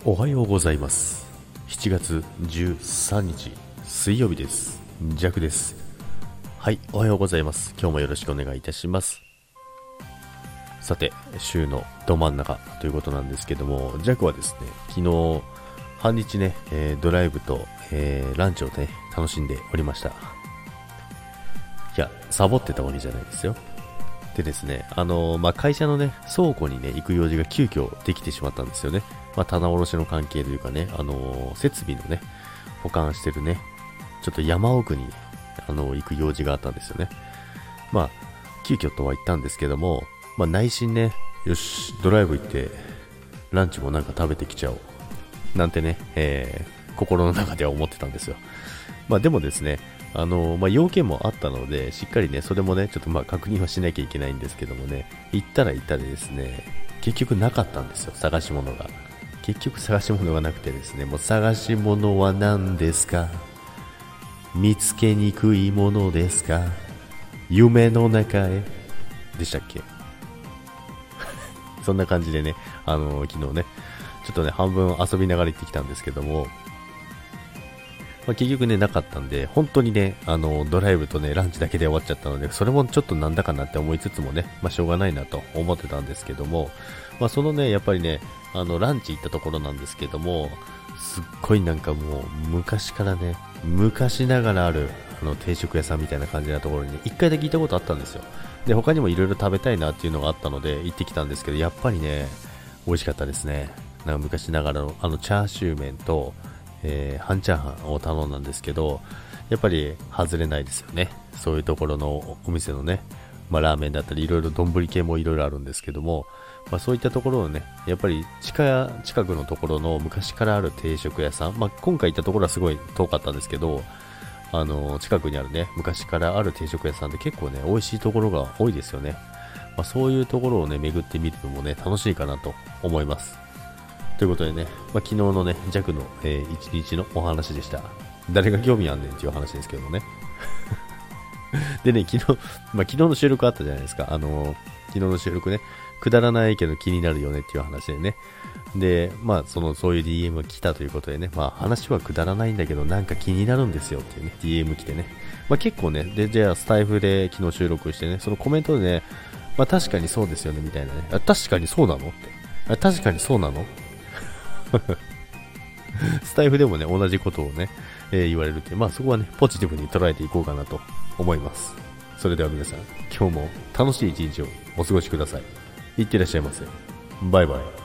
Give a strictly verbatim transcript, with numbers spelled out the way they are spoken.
おはようございます。しちがつじゅうさんにち水曜日です。ジャクです。はい、おはようございます。今日もよろしくお願いいたします。さて、週のど真ん中ということなんですけども、ジャクはですね、昨日半日ね、えー、ドライブと、えー、ランチをね楽しんでおりました。いや、サボってたわけじゃないですよ。でですね、あのーまあ、会社のね倉庫にね行く用事が急遽できてしまったんですよね。まあ、棚卸しの関係というかね、あのー設備のね保管してるねちょっと山奥に、ね、あのー行く用事があったんですよね。まあ急遽とは言ったんですけども、まあ、内心ね、よしドライブ行ってランチもなんか食べてきちゃおうなんてね、えー、心の中では思ってたんですよ。まあでもですね、あのまあ、要件もあったので、しっかりね、それもね、ちょっとまあ確認はしなきゃいけないんですけどもね、行ったら行ったでですね、結局なかったんですよ、探し物が。結局探し物がなくてですね、もう探し物は何ですか？見つけにくいものですか？夢の中へでしたっけ？そんな感じでね、あの昨日ね、ちょっとね、半分遊びながら行ってきたんですけども、まあ、結局ね、なかったんで、本当にね、あの、ドライブとね、ランチだけで終わっちゃったので、それもちょっとなんだかなって思いつつもね、まあ、しょうがないなと思ってたんですけども、まあ、そのね、やっぱりね、あの、ランチ行ったところなんですけども、すっごいなんかもう、昔からね、昔ながらある、あの、定食屋さんみたいな感じなところに、ね、一回だけ行ったことあったんですよ。で、他にもいろいろ食べたいなっていうのがあったので、行ってきたんですけど、やっぱりね、美味しかったですね。なんか昔ながらの、あの、チャーシュー麺と、えー、半チャーハンを頼んだんですけど、やっぱり外れないですよね。そういうところのお店のね、まあ、ラーメンだったりいろいろ丼系もいろいろあるんですけども、まあ、そういったところをね、やっぱり近近くのところの昔からある定食屋さん、まあ、今回行ったところはすごい遠かったんですけど、あの近くにあるね昔からある定食屋さんで結構ね美味しいところが多いですよね。まあ、そういうところをね巡ってみるのもね楽しいかなと思います。ということでね、まあ、昨日のね、弱の、えー、一日のお話でした。誰が興味あんねんっていう話ですけどもね。でね、昨日、まあ、昨日の収録あったじゃないですか。あのー、昨日の収録ね、くだらないけど気になるよねっていう話でね。で、まあ、その、そういう ディーエム が来たということでね、まあ、話はくだらないんだけど、なんか気になるんですよっていうね、ディーエム 来てね。まあ、結構ね、で、じゃあ、スタイフで昨日収録してね、そのコメントでね、まあ、確かにそうですよね、みたいなね。あ、確かにそうなのって。あ、確かにそうなのスタイフでもね、同じことをね、えー、言われるっていう、まあそこはね、ポジティブに捉えていこうかなと思います。それでは皆さん、今日も楽しい一日をお過ごしください。いってらっしゃいませ。バイバイ。